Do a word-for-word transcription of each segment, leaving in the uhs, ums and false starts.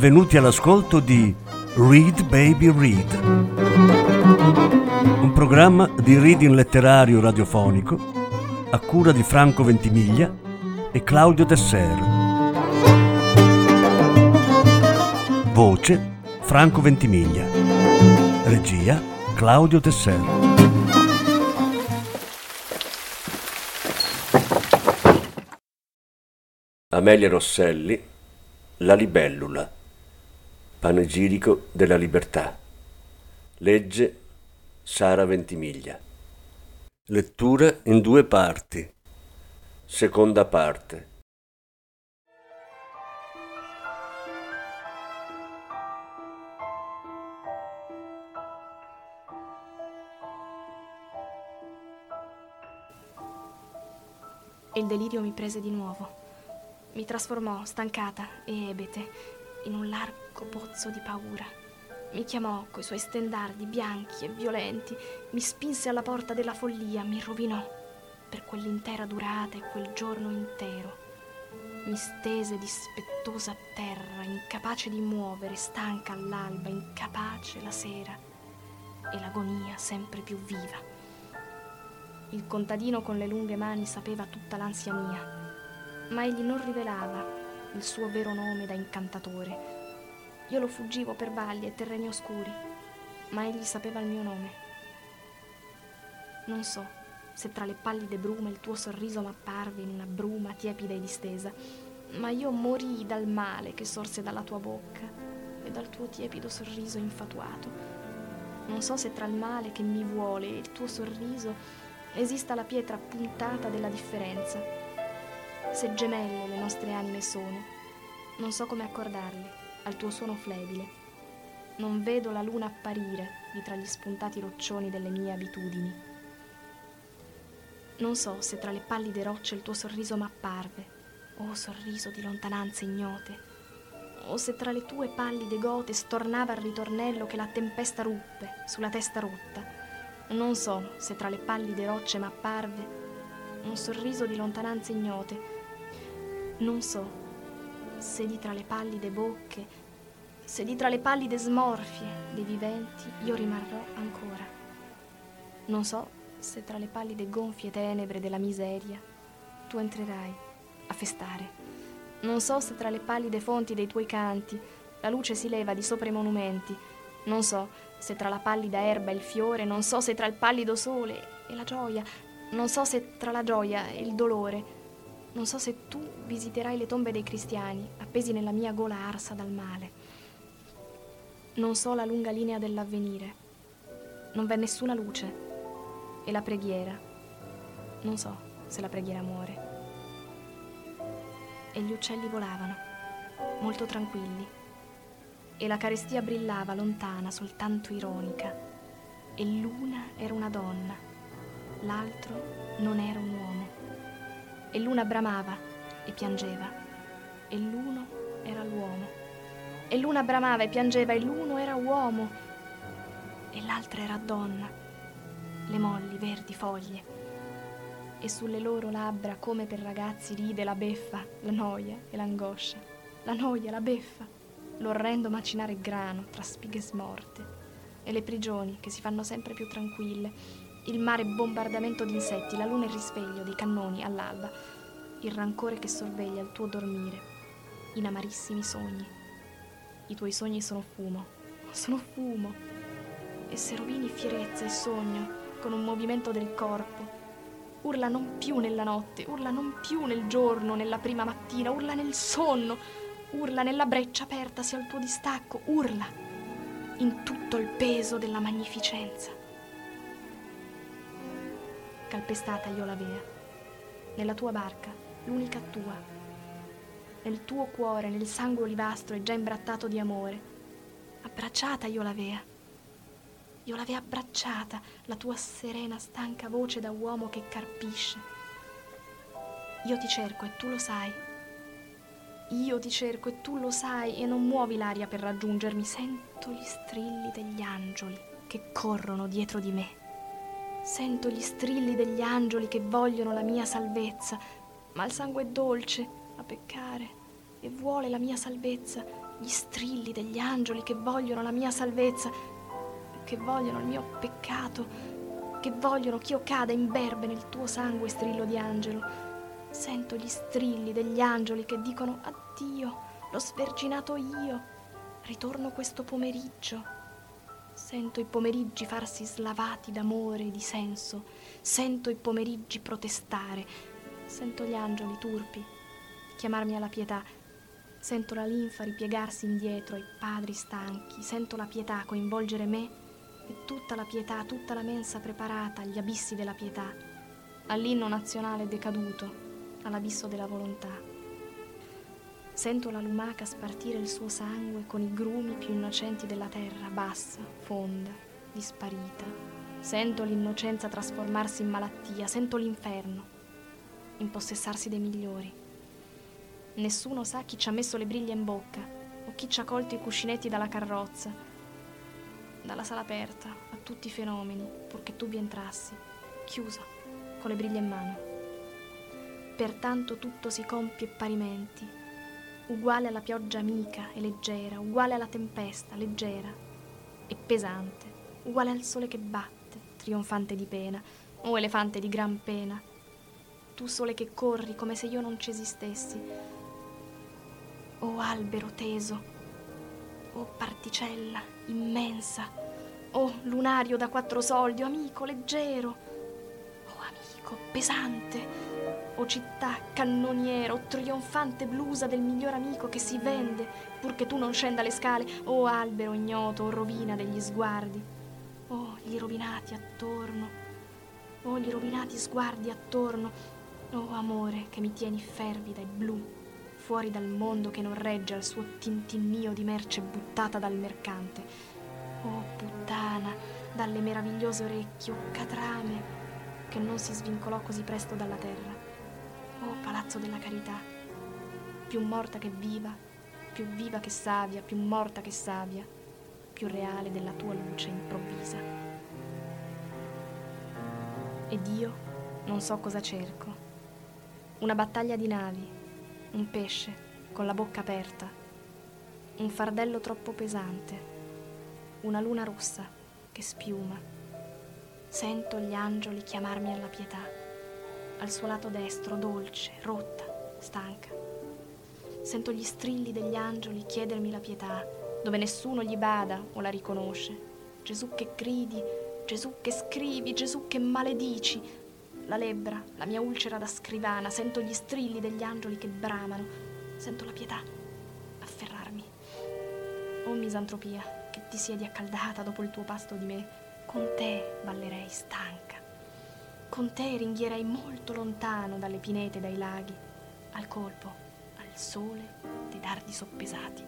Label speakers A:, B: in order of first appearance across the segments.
A: benvenuti all'ascolto di Read Baby Read, un programma di reading letterario radiofonico a cura di Franco Ventimiglia e Claudio Desser. Voce Franco Ventimiglia. Regia Claudio Desser. Amelia Rosselli, La libellula, panegirico della libertà. Legge Sara Ventimiglia. Lettura in due parti. Seconda parte.
B: E il delirio mi prese di nuovo. Mi trasformò, stancata e ebete, in un largo pozzo di paura. Mi chiamò coi suoi stendardi bianchi e violenti, mi spinse alla porta della follia, mi rovinò per quell'intera durata e quel giorno intero. Mi stese dispettosa a terra, incapace di muovere, stanca all'alba, incapace la sera, e l'agonia sempre più viva. Il contadino con le lunghe mani sapeva tutta l'ansia mia, ma egli non rivelava il suo vero nome da incantatore. Io lo fuggivo per valli e terreni oscuri, ma egli sapeva il mio nome. Non so se tra le pallide brume il tuo sorriso m'apparve in una bruma tiepida e distesa, ma io morii dal male che sorse dalla tua bocca e dal tuo tiepido sorriso infatuato. Non so se tra il male che mi vuole e il tuo sorriso esista la pietra puntata della differenza. Se gemelle le nostre anime sono, non so come accordarle al tuo suono flebile. Non vedo la luna apparire di tra gli spuntati roccioni delle mie abitudini. Non so se tra le pallide rocce il tuo sorriso m'apparve, oh sorriso di lontananze ignote, o se tra le tue pallide gote stornava il ritornello che la tempesta ruppe sulla testa rotta. Non so se tra le pallide rocce m'apparve un sorriso di lontananze ignote. Non so se di tra le pallide bocche, se di tra le pallide smorfie dei viventi io rimarrò ancora. Non so se tra le pallide gonfie tenebre della miseria tu entrerai a festare. Non so se tra le pallide fonti dei tuoi canti la luce si leva di sopra i monumenti. Non so se tra la pallida erba e il fiore, non so se tra il pallido sole e la gioia, non so se tra la gioia e il dolore, non so se tu visiterai le tombe dei cristiani appesi nella mia gola arsa dal male. Non so la lunga linea dell'avvenire, non v'è nessuna luce, e la preghiera, non so se la preghiera muore. E gli uccelli volavano, molto tranquilli, e la carestia brillava lontana, soltanto ironica, e l'una era una donna, l'altro non era un uomo. E l'una bramava e piangeva, e l'uno era l'uomo. E l'una bramava e piangeva, e l'uno era uomo, e l'altra era donna, le molli, verdi foglie. E sulle loro labbra, come per ragazzi, ride la beffa, la noia e l'angoscia. La noia, la beffa, l'orrendo macinare grano tra spighe smorte, e le prigioni che si fanno sempre più tranquille, il mare bombardamento di insetti, la luna e il risveglio dei cannoni all'alba, il rancore che sorveglia il tuo dormire, in amarissimi sogni. I tuoi sogni sono fumo, sono fumo, e se rovini fierezza e sogno con un movimento del corpo, urla non più nella notte, urla non più nel giorno, nella prima mattina, urla nel sonno, urla nella breccia apertasi al tuo distacco, urla in tutto il peso della magnificenza. Calpestata io l'avea, nella tua barca, l'unica tua, nel tuo cuore, nel sangue olivastro e già imbrattato di amore. Abbracciata io l'avea, io l'avea abbracciata, la tua serena, stanca voce da uomo che carpisce. Io ti cerco e tu lo sai, io ti cerco e tu lo sai, e non muovi l'aria per raggiungermi. Sento gli strilli degli angeli che corrono dietro di me. Sento gli strilli degli angeli che vogliono la mia salvezza, ma il sangue è dolce a peccare e vuole la mia salvezza, gli strilli degli angeli che vogliono la mia salvezza, che vogliono il mio peccato, che vogliono che io cada imberbe nel tuo sangue, strillo di angelo. Sento gli strilli degli angeli che dicono addio, l'ho sverginato io, ritorno questo pomeriggio. Sento i pomeriggi farsi slavati d'amore e di senso, sento i pomeriggi protestare, sento gli angeli turpi chiamarmi alla pietà, sento la linfa ripiegarsi indietro ai padri stanchi, sento la pietà coinvolgere me e tutta la pietà, tutta la mensa preparata agli abissi della pietà, all'inno nazionale decaduto, all'abisso della volontà. Sento la lumaca spartire il suo sangue con i grumi più innocenti della terra, bassa, fonda, disparita. Sento l'innocenza trasformarsi in malattia, sento l'inferno impossessarsi dei migliori. Nessuno sa chi ci ha messo le briglie in bocca o chi ci ha colto i cuscinetti dalla carrozza. Dalla sala aperta a tutti i fenomeni, purché tu vi entrassi, chiusa, con le briglie in mano. Pertanto tutto si compie parimenti, uguale alla pioggia amica e leggera, uguale alla tempesta leggera e pesante, uguale al sole che batte, trionfante di pena, o elefante di gran pena. Tu sole che corri come se io non ci esistessi. O albero teso, o particella immensa, o lunario da quattro soldi, o amico leggero, o amico pesante, o città cannoniera, o trionfante blusa del miglior amico che si vende purché tu non scenda le scale, o albero ignoto, o rovina degli sguardi, o gli rovinati attorno, o gli rovinati sguardi attorno, o amore che mi tieni fervida e blu, fuori dal mondo che non regge al suo tintinnio di merce buttata dal mercante. Oh puttana, dalle meravigliose orecchie, o catrame che non si svincolò così presto dalla terra. Oh palazzo della carità, più morta che viva, più viva che savia, più morta che savia, più reale della tua luce improvvisa. Ed io non so cosa cerco. Una battaglia di navi, un pesce con la bocca aperta, un fardello troppo pesante, una luna rossa che spiuma. Sento gli angeli chiamarmi alla pietà, al suo lato destro, dolce, rotta, stanca. Sento gli strilli degli angeli chiedermi la pietà, dove nessuno gli bada o la riconosce. Gesù che gridi, Gesù che scrivi, Gesù che maledici. La lebbra, la mia ulcera da scrivana, sento gli strilli degli angeli che bramano, sento la pietà afferrarmi. Oh misantropia, che ti siedi accaldata dopo il tuo pasto di me, con te ballerei stanca, con te ringhierei molto lontano dalle pinete e dai laghi, al colpo, al sole dei dardi soppesati.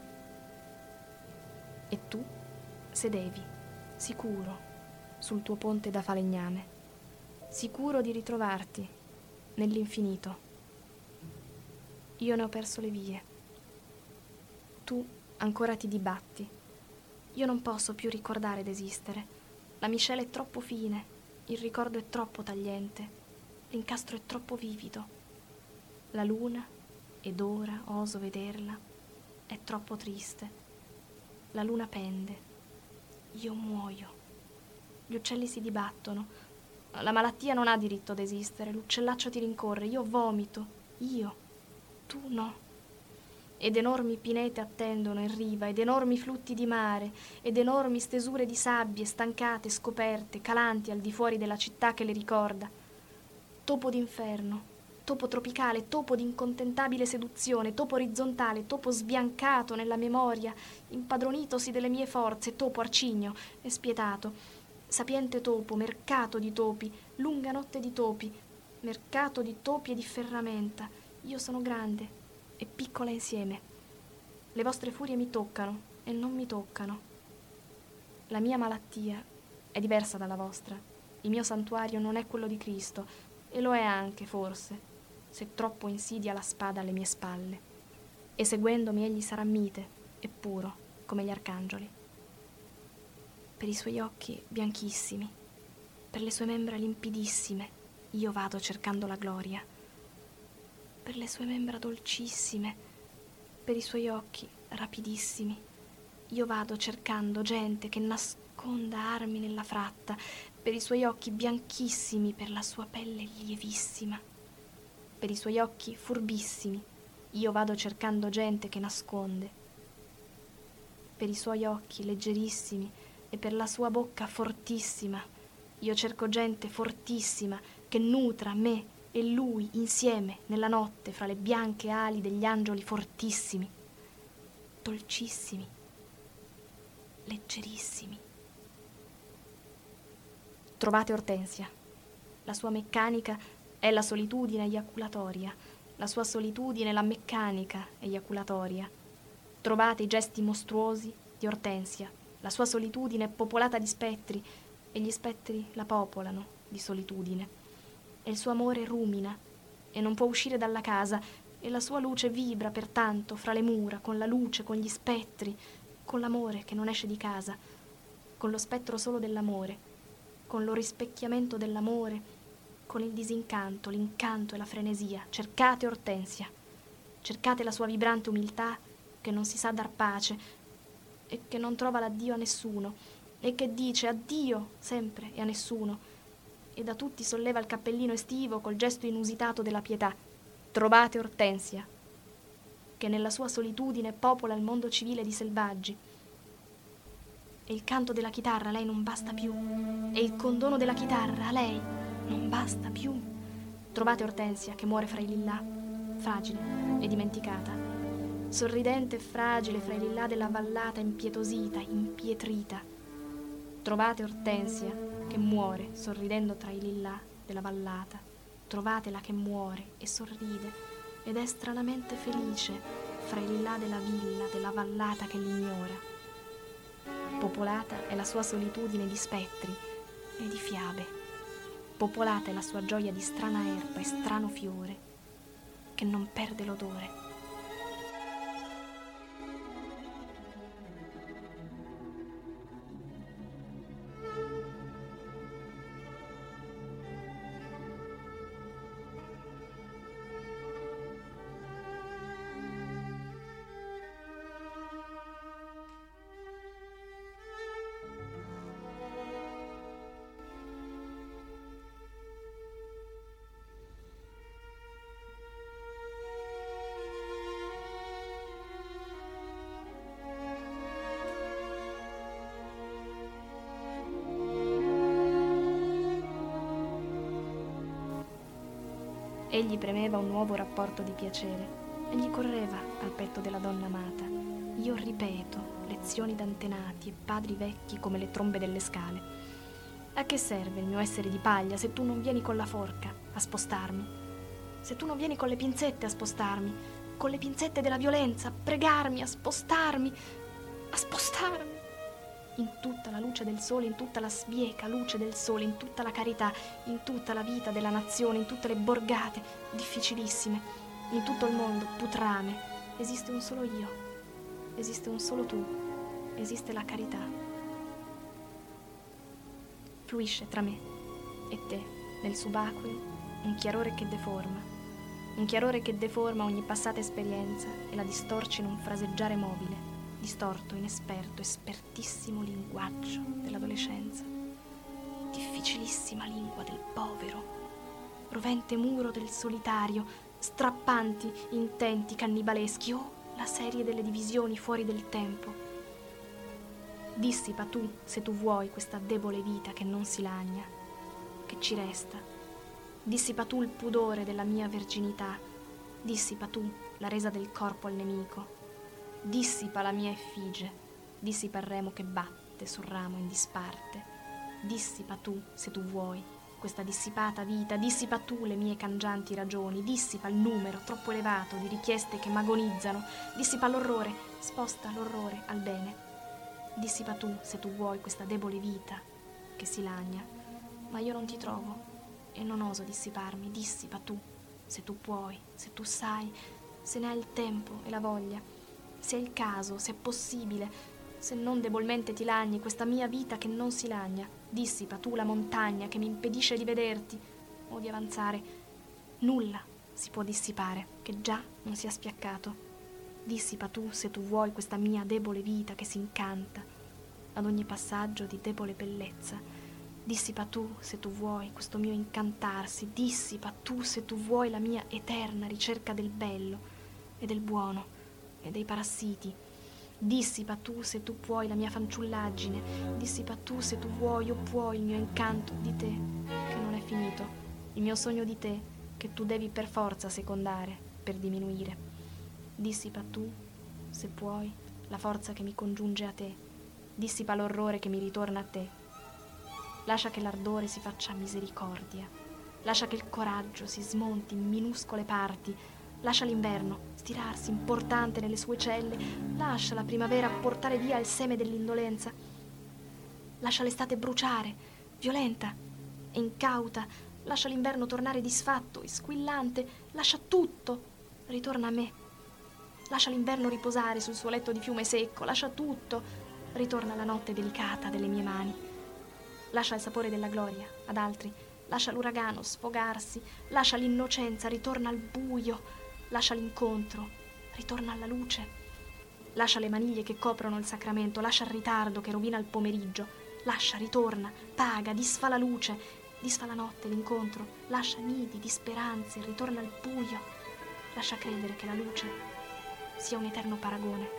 B: E tu sedevi, sicuro, sul tuo ponte da falegname, sicuro di ritrovarti nell'infinito. Io ne ho perso le vie. Tu ancora ti dibatti. Io non posso più ricordare d'esistere. La miscela è troppo fine, il ricordo è troppo tagliente, l'incastro è troppo vivido. La luna, ed ora oso vederla, è troppo triste. La luna pende. Io muoio. Gli uccelli si dibattono. La malattia non ha diritto ad esistere, l'uccellaccio ti rincorre, io vomito, io, tu no. Ed enormi pinete attendono in riva, ed enormi flutti di mare, ed enormi stesure di sabbie stancate, scoperte, calanti al di fuori della città che le ricorda. Topo d'inferno, topo tropicale, topo d'incontentabile seduzione, topo orizzontale, topo sbiancato nella memoria, impadronitosi delle mie forze, topo arcigno e spietato. Sapiente topo, mercato di topi, lunga notte di topi, mercato di topi e di ferramenta. Io sono grande e piccola insieme. Le vostre furie mi toccano e non mi toccano. La mia malattia è diversa dalla vostra. Il mio santuario non è quello di Cristo, e lo è anche, forse, se troppo insidia la spada alle mie spalle. E seguendomi egli sarà mite e puro, come gli arcangeli. Per i suoi occhi bianchissimi, per le sue membra limpidissime, io vado cercando la gloria. Per le sue membra dolcissime, per i suoi occhi rapidissimi. Io vado cercando gente che nasconda armi nella fratta, per i suoi occhi bianchissimi, per la sua pelle lievissima, per i suoi occhi furbissimi. Io vado cercando gente che nasconde, per i suoi occhi leggerissimi e per la sua bocca fortissima. Io cerco gente fortissima che nutra me e lui insieme nella notte fra le bianche ali degli angeli fortissimi, dolcissimi, leggerissimi. Trovate Ortensia. La sua meccanica è la solitudine eiaculatoria, la sua solitudine la meccanica eiaculatoria. Trovate i gesti mostruosi di Ortensia. La sua solitudine è popolata di spettri e gli spettri la popolano di solitudine. E il suo amore rumina e non può uscire dalla casa e la sua luce vibra pertanto fra le mura, con la luce, con gli spettri, con l'amore che non esce di casa, con lo spettro solo dell'amore, con lo rispecchiamento dell'amore, con il disincanto, l'incanto e la frenesia. Cercate Ortensia, cercate la sua vibrante umiltà che non si sa dar pace e che non trova l'addio a nessuno e che dice addio sempre e a nessuno e da tutti solleva il cappellino estivo col gesto inusitato della pietà. Trovate Ortensia, che nella sua solitudine popola il mondo civile di selvaggi. E il canto della chitarra a lei non basta più, e il condono della chitarra a lei non basta più. Trovate Ortensia che muore fra i lillà, fragile e dimenticata, sorridente e fragile fra i lillà della vallata impietosita, impietrita. Trovate Ortensia che muore sorridendo tra i lillà della vallata. Trovatela che muore e sorride ed è stranamente felice fra i lillà della villa, della vallata che l'ignora. Popolata è la sua solitudine di spettri e di fiabe. Popolata è la sua gioia di strana erba e strano fiore che non perde l'odore. Egli premeva un nuovo rapporto di piacere e gli correva al petto della donna amata. Io ripeto lezioni d'antenati e padri vecchi come le trombe delle scale. A che serve il mio essere di paglia se tu non vieni con la forca a spostarmi? Se tu non vieni con le pinzette a spostarmi, con le pinzette della violenza, a pregarmi, a spostarmi, a spostarmi. In tutta la luce del sole, in tutta la sbieca luce del sole, in tutta la carità, in tutta la vita della nazione, in tutte le borgate difficilissime, in tutto il mondo putrame, esiste un solo io, esiste un solo tu, esiste la carità. Fluisce tra me e te, nel subacqueo, un chiarore che deforma, un chiarore che deforma ogni passata esperienza e la distorce in un fraseggiare mobile, distorto, inesperto, espertissimo linguaggio dell'adolescenza, difficilissima lingua del povero, rovente muro del solitario, strappanti intenti cannibaleschi, oh, la serie delle divisioni fuori del tempo. Dissipa tu, se tu vuoi, questa debole vita che non si lagna, che ci resta. Dissipa tu il pudore della mia verginità, dissipa tu la resa del corpo al nemico. Dissipa la mia effigie, dissipa il remo che batte sul ramo in disparte. Dissipa tu, se tu vuoi, questa dissipata vita, dissipa tu le mie cangianti ragioni, dissipa il numero troppo elevato di richieste che m'agonizzano, dissipa l'orrore, sposta l'orrore al bene. Dissipa tu, se tu vuoi, questa debole vita che si lagna, ma io non ti trovo e non oso dissiparmi. Dissipa tu, se tu puoi, se tu sai, se ne hai il tempo e la voglia, se è il caso, se è possibile, se non debolmente ti lagni questa mia vita che non si lagna. Dissipa tu la montagna che mi impedisce di vederti o di avanzare. Nulla si può dissipare che già non sia spiaccato. Dissipa tu, se tu vuoi, questa mia debole vita che si incanta ad ogni passaggio di debole bellezza. Dissipa tu, se tu vuoi, questo mio incantarsi. Dissipa tu, se tu vuoi, la mia eterna ricerca del bello e del buono e dei parassiti. Dissipa tu, se tu puoi, la mia fanciullaggine. Dissipa tu, se tu vuoi o puoi, il mio incanto di te, che non è finito, il mio sogno di te, che tu devi per forza secondare, per diminuire. Dissipa tu, se puoi, la forza che mi congiunge a te. Dissipa l'orrore che mi ritorna a te. Lascia che l'ardore si faccia misericordia. Lascia che il coraggio si smonti in minuscole parti. Lascia l'inverno stirarsi importante nelle sue celle. Lascia la primavera portare via il seme dell'indolenza. Lascia l'estate bruciare, violenta e incauta. Lascia l'inverno tornare disfatto e squillante. Lascia tutto, ritorna a me. Lascia l'inverno riposare sul suo letto di fiume secco. Lascia tutto, ritorna la notte delicata delle mie mani. Lascia il sapore della gloria ad altri. Lascia l'uragano sfogarsi. Lascia l'innocenza, ritorna al buio. Lascia l'incontro, ritorna alla luce. Lascia le maniglie che coprono il sacramento. Lascia il ritardo che rovina il pomeriggio. Lascia, ritorna, paga, disfa la luce, disfa la notte, l'incontro. Lascia nidi di speranze, ritorna al buio. Lascia credere che la luce sia un eterno paragone.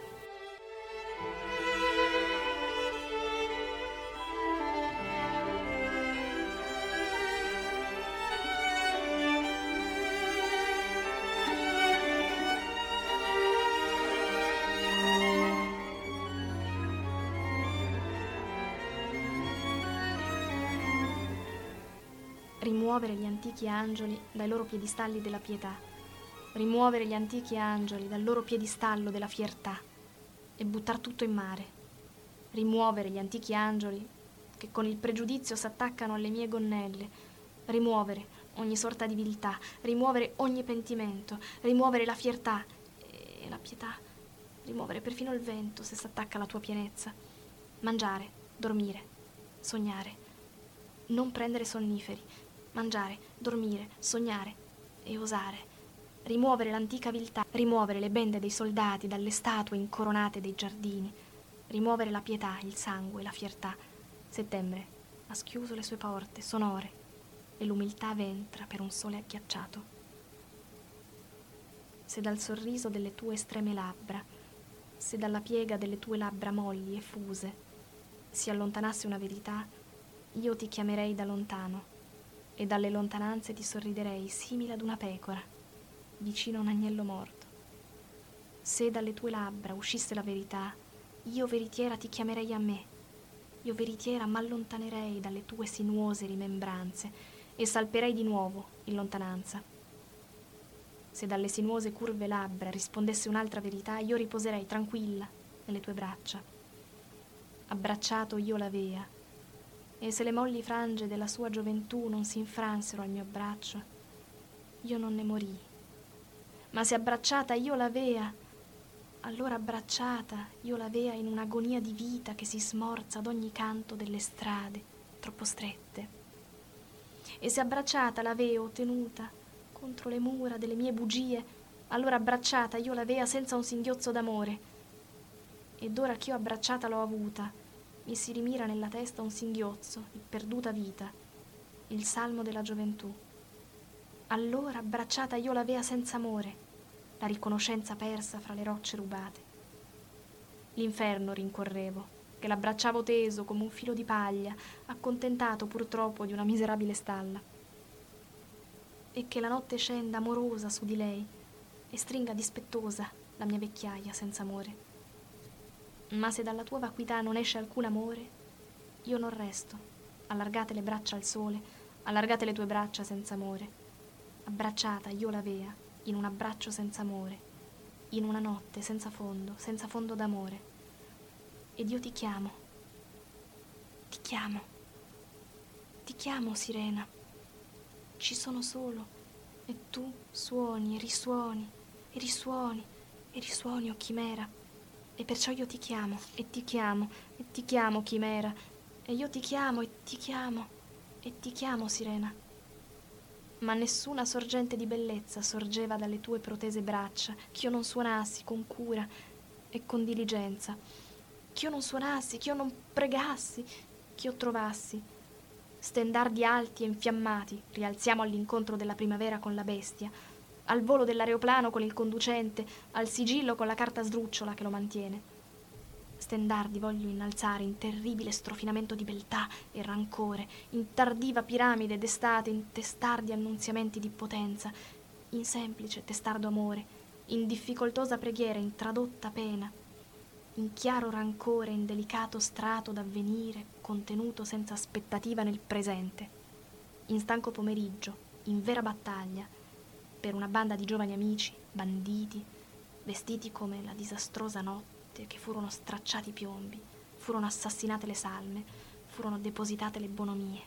B: Rimuovere gli antichi angeli dai loro piedistalli della pietà, rimuovere gli antichi angeli dal loro piedistallo della fiertà e buttar tutto in mare, rimuovere gli antichi angeli che con il pregiudizio s'attaccano alle mie gonnelle, rimuovere ogni sorta di viltà, rimuovere ogni pentimento, rimuovere la fiertà e la pietà, rimuovere perfino il vento se s'attacca alla tua pienezza, mangiare, dormire, sognare, non prendere sonniferi, mangiare, dormire, sognare e osare, rimuovere l'antica viltà, rimuovere le bende dei soldati dalle statue incoronate dei giardini, rimuovere la pietà, il sangue, la fiertà. Settembre ha schiuso le sue porte sonore e l'umiltà ventra per un sole agghiacciato. Se dal sorriso delle tue estreme labbra, se dalla piega delle tue labbra molli e fuse si allontanasse una verità, io ti chiamerei da lontano e dalle lontananze ti sorriderei simile ad una pecora vicino a un agnello morto. Se dalle tue labbra uscisse la verità, io veritiera ti chiamerei a me, io veritiera m'allontanerei dalle tue sinuose rimembranze e salperei di nuovo in lontananza. Se dalle sinuose curve labbra rispondesse un'altra verità, io riposerei tranquilla nelle tue braccia. Abbracciato io l'avea, e se le molli frange della sua gioventù non si infransero al mio braccio, io non ne morii. Ma se abbracciata io l'avea, allora abbracciata io l'avea in un'agonia di vita che si smorza ad ogni canto delle strade troppo strette. E se abbracciata l'aveo tenuta contro le mura delle mie bugie, allora abbracciata io l'avea senza un singhiozzo d'amore. Ed ora ch'io abbracciata l'ho avuta, mi si rimira nella testa un singhiozzo di perduta vita, il salmo della gioventù. Allora abbracciata io l'avea senza amore, la riconoscenza persa fra le rocce rubate. L'inferno rincorrevo, che l'abbracciavo teso come un filo di paglia, accontentato purtroppo di una miserabile stalla. E che la notte scenda amorosa su di lei e stringa dispettosa la mia vecchiaia senza amore. Ma se dalla tua vacuità non esce alcun amore, io non resto. Allargate le braccia al sole, allargate le tue braccia senza amore. Abbracciata io l'avea in un abbraccio senza amore, in una notte senza fondo, senza fondo d'amore. Ed io ti chiamo, ti chiamo, ti chiamo, sirena. Ci sono solo, e tu suoni e risuoni, e risuoni, e risuoni, o chimera. E perciò io ti chiamo, e ti chiamo, e ti chiamo, chimera. E io ti chiamo, e ti chiamo, e ti chiamo, sirena. ma nessuna sorgente di bellezza sorgeva dalle tue protese braccia, ch'io non suonassi con cura e con diligenza, ch'io non suonassi, ch'io non pregassi, ch'io trovassi. Stendardi alti e infiammati, rialziamo all'incontro della primavera con la bestia, al volo dell'aeroplano con il conducente, al sigillo con la carta sdrucciola che lo mantiene. Stendardi voglio innalzare in terribile strofinamento di beltà e rancore, in tardiva piramide d'estate, in testardi annunziamenti di potenza, in semplice testardo amore, in difficoltosa preghiera, in tradotta pena, in chiaro rancore, in delicato strato d'avvenire contenuto senza aspettativa nel presente, in stanco pomeriggio, in vera battaglia, per una banda di giovani amici, banditi, vestiti come la disastrosa notte, che furono stracciati i piombi, furono assassinate le salme, furono depositate le bonomie.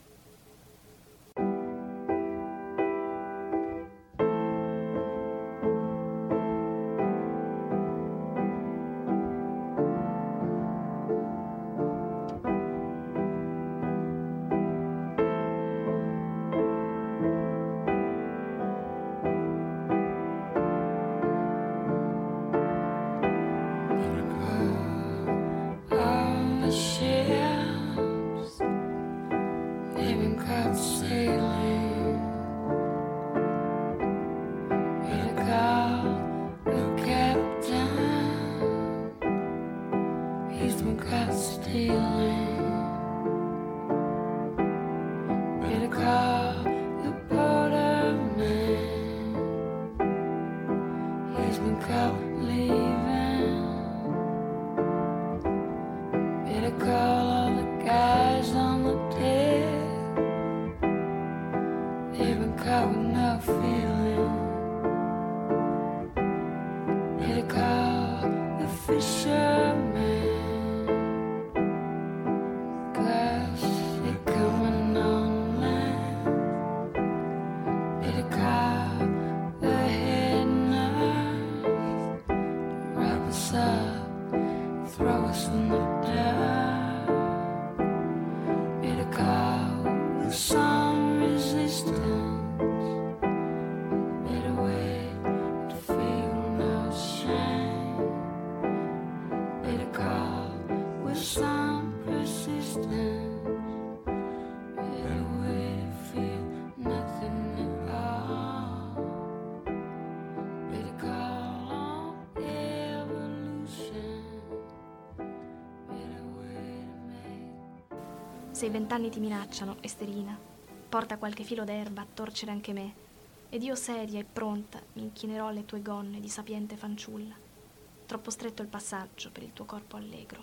B: Se i vent'anni ti minacciano, Esterina, porta qualche filo d'erba a torcere anche me, ed io seria e pronta mi inchinerò alle tue gonne di sapiente fanciulla. Troppo stretto il passaggio per il tuo corpo allegro.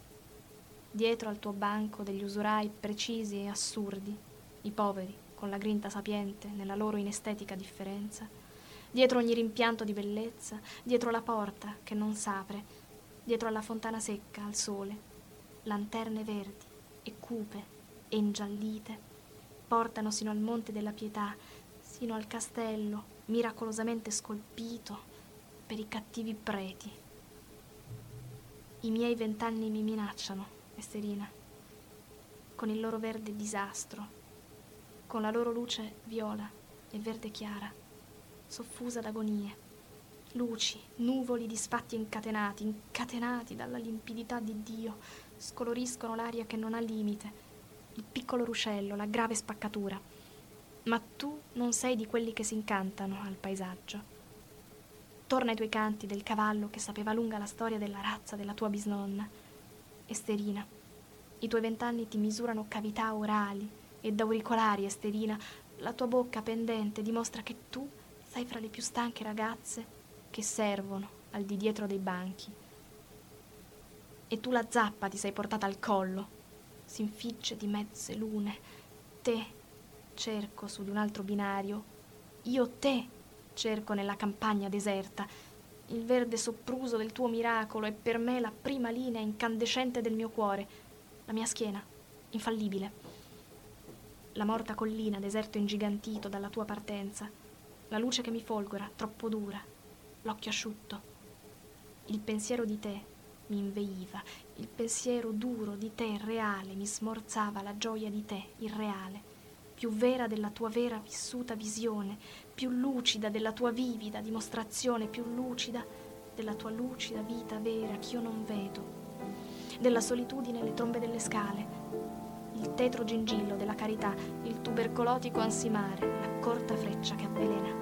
B: Dietro al tuo banco degli usurai precisi e assurdi, i poveri, con la grinta sapiente nella loro inestetica differenza, dietro ogni rimpianto di bellezza, dietro la porta che non s'apre, dietro alla fontana secca al sole, lanterne verdi e cupe e ingiallite portano sino al monte della pietà, sino al castello miracolosamente scolpito per i cattivi preti. I miei vent'anni mi minacciano, Esterina, con il loro verde disastro, con la loro luce viola e verde chiara, soffusa d'agonie, luci, nuvoli di sfatti incatenati, incatenati dalla limpidità di Dio, scoloriscono l'aria che non ha limite, il piccolo ruscello, la grave spaccatura. Ma tu non sei di quelli che si incantano al paesaggio. Torna ai tuoi canti del cavallo che sapeva lunga la storia della razza della tua bisnonna. Esterina, i tuoi vent'anni ti misurano cavità orali ed auricolari, Esterina. La tua bocca pendente dimostra che tu sei fra le più stanche ragazze che servono al di dietro dei banchi. E tu la zappa ti sei portata al collo, s'infigge di mezze lune. Te cerco su di un altro binario, io te cerco nella campagna deserta. Il verde soppruso del tuo miracolo è per me la prima linea incandescente del mio cuore, la mia schiena, infallibile. La morta collina, deserto ingigantito dalla tua partenza, la luce che mi folgora, troppo dura, l'occhio asciutto. Il pensiero di te mi inveiva, il pensiero duro di te reale mi smorzava la gioia di te irreale, più vera della tua vera vissuta visione, più lucida della tua vivida dimostrazione, più lucida della tua lucida vita vera che io non vedo, della solitudine le trombe delle scale, il tetro gingillo della carità, il tubercolotico ansimare, la corta freccia che avvelena.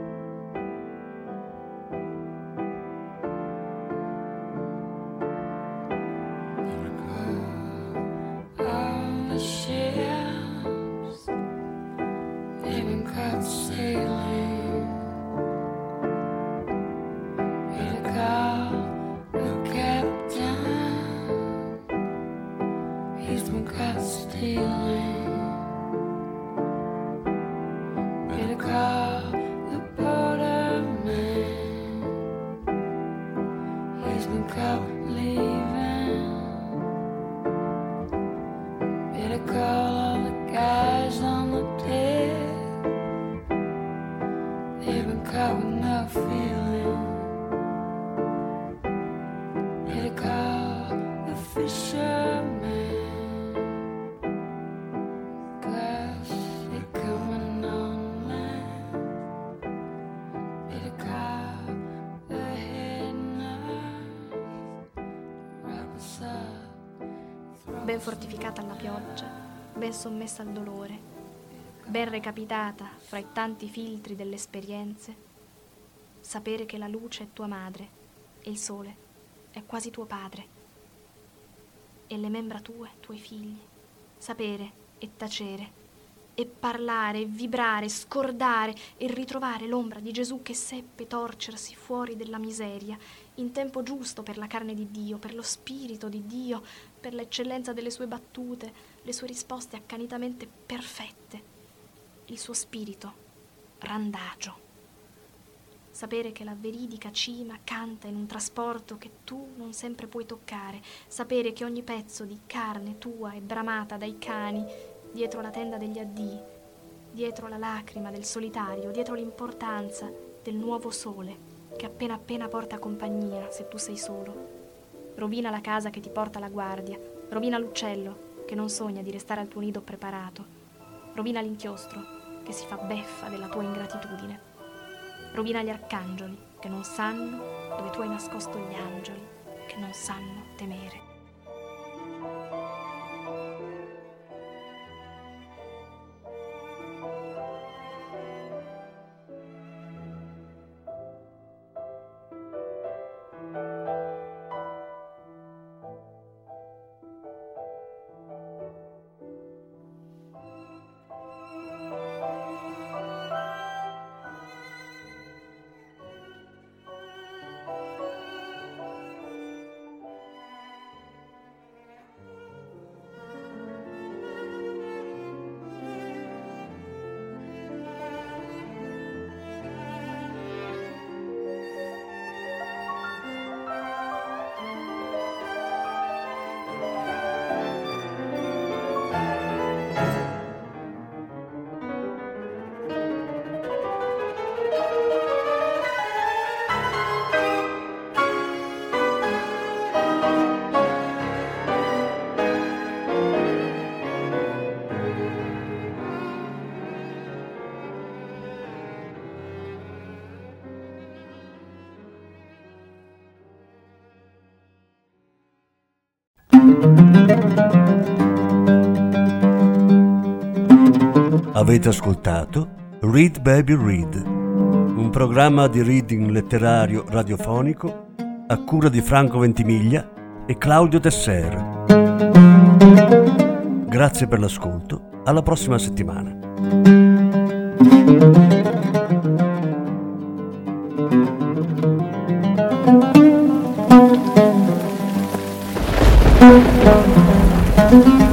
B: Ben fortificata alla pioggia, ben sommessa al dolore, ben recapitata fra i tanti filtri delle esperienze, sapere che la luce è tua madre e il sole è quasi tuo padre e le membra tue, tuoi figli, sapere e tacere e parlare e vibrare, scordare e ritrovare l'ombra di Gesù che seppe torcersi fuori della miseria in tempo giusto per la carne di Dio, per lo spirito di Dio, per l'eccellenza delle sue battute, le sue risposte accanitamente perfette, il suo spirito randagio. Sapere che la veridica cima canta in un trasporto che tu non sempre puoi toccare, sapere che ogni pezzo di carne tua è bramata dai cani dietro la tenda degli addii, dietro la lacrima del solitario, dietro l'importanza del nuovo sole che appena appena porta compagnia se tu sei solo. Rovina la casa che ti porta la guardia, rovina l'uccello che non sogna di restare al tuo nido preparato, rovina l'inchiostro che si fa beffa della tua ingratitudine, rovina gli arcangeli che non sanno dove tu hai nascosto gli angeli, che non sanno temere.
A: Avete ascoltato Read Baby Read, un programma di reading letterario radiofonico a cura di Franco Ventimiglia e Claudio Tesser. Grazie per l'ascolto, alla prossima settimana. Thank you.